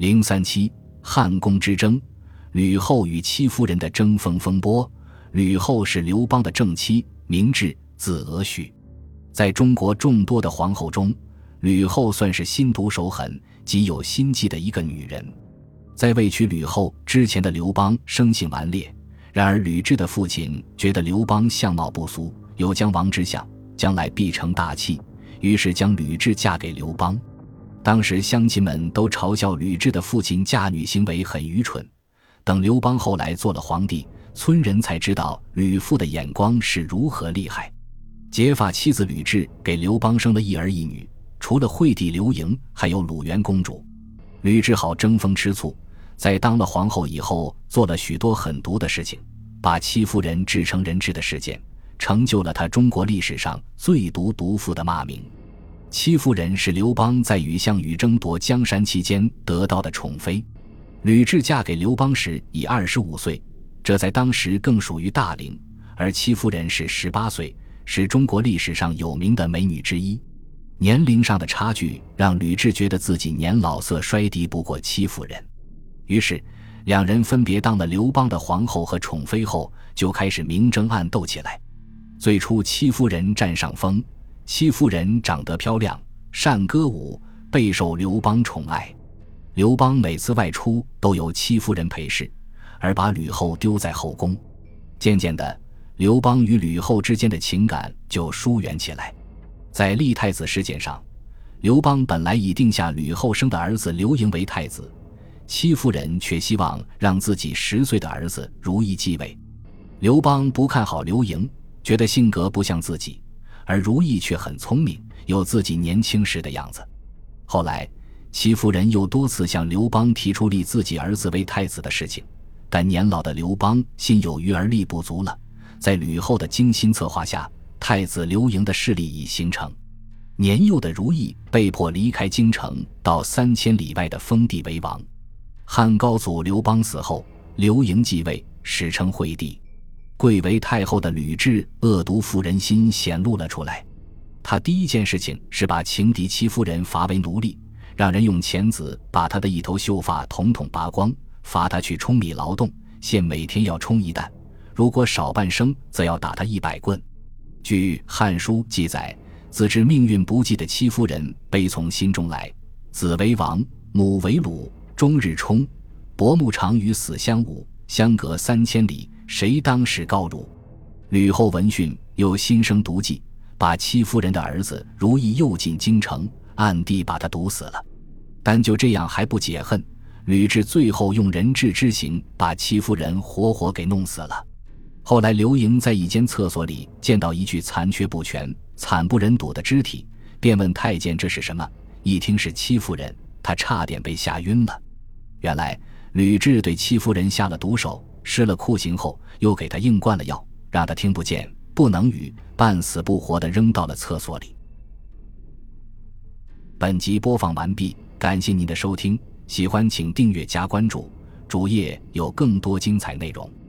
037汉宫之争，吕后与戚夫人的争锋风波。吕后是刘邦的正妻，名雉，字娥胥。在中国众多的皇后中，吕后算是心毒手狠、极有心计的一个女人。在未娶吕后之前的刘邦生性顽劣，然而吕雉的父亲觉得刘邦相貌不俗，有将王之相，将来必成大器，于是将吕雉嫁给刘邦。当时乡亲们都嘲笑吕雉的父亲嫁女行为很愚蠢，等刘邦后来做了皇帝，村人才知道吕父的眼光是如何厉害。结发妻子吕雉给刘邦生了一儿一女，除了惠帝刘盈，还有鲁元公主。吕雉好争风吃醋，在当了皇后以后做了许多狠毒的事情，把戚夫人制成人质的事件，成就了她中国历史上最毒毒妇的骂名。戚夫人是刘邦在与项羽争夺江山期间得到的宠妃，吕雉嫁给刘邦时已25岁，这在当时更属于大龄，而戚夫人是18岁，是中国历史上有名的美女之一。年龄上的差距让吕雉觉得自己年老色衰敌不过戚夫人，于是两人分别当了刘邦的皇后和宠妃后，就开始明争暗斗起来。最初戚夫人占上风，戚夫人长得漂亮，善歌舞，备受刘邦宠爱。刘邦每次外出都由戚夫人陪侍，而把吕后丢在后宫。渐渐的，刘邦与吕后之间的情感就疏远起来。在立太子事件上，刘邦本来已定下吕后生的儿子刘盈为太子，戚夫人却希望让自己10岁的儿子如意继位。刘邦不看好刘盈，觉得性格不像自己，而如意却很聪明，有自己年轻时的样子。后来戚夫人又多次向刘邦提出立自己儿子为太子的事情，但年老的刘邦心有余而力不足了。在吕后的精心策划下，太子刘盈的势力已形成。年幼的如意被迫离开京城，到3000里外的封地为王。汉高祖刘邦死后，刘盈继位，史称惠帝。贵为太后的吕雉恶毒妇人心显露了出来。她第一件事情是把情敌戚夫人罚为奴隶，让人用钳子把她的一头秀发统统拔光，罚她去舂米劳动，限每天要冲1担，如果少半升则要打她100棍。据《汉书》记载，自知命运不济的戚夫人悲从心中来，子为王，母为虏，终日冲，伯母常与死相侮，相隔3000里，谁当是高辱？吕后闻讯，又心生毒计，把戚夫人的儿子如意诱进京城，暗地把他毒死了。但就这样还不解恨，吕雉最后用人质之刑把戚夫人活活给弄死了。后来刘盈在一间厕所里见到一具残缺不全、惨不忍睹的肢体，便问太监这是什么，一听是戚夫人，他差点被吓晕了。原来吕雉对戚夫人下了毒手，施了酷刑后又给他硬灌了药，让他听不见不能语，半死不活地扔到了厕所里。本集播放完毕，感谢您的收听，喜欢请订阅加关注，主页有更多精彩内容。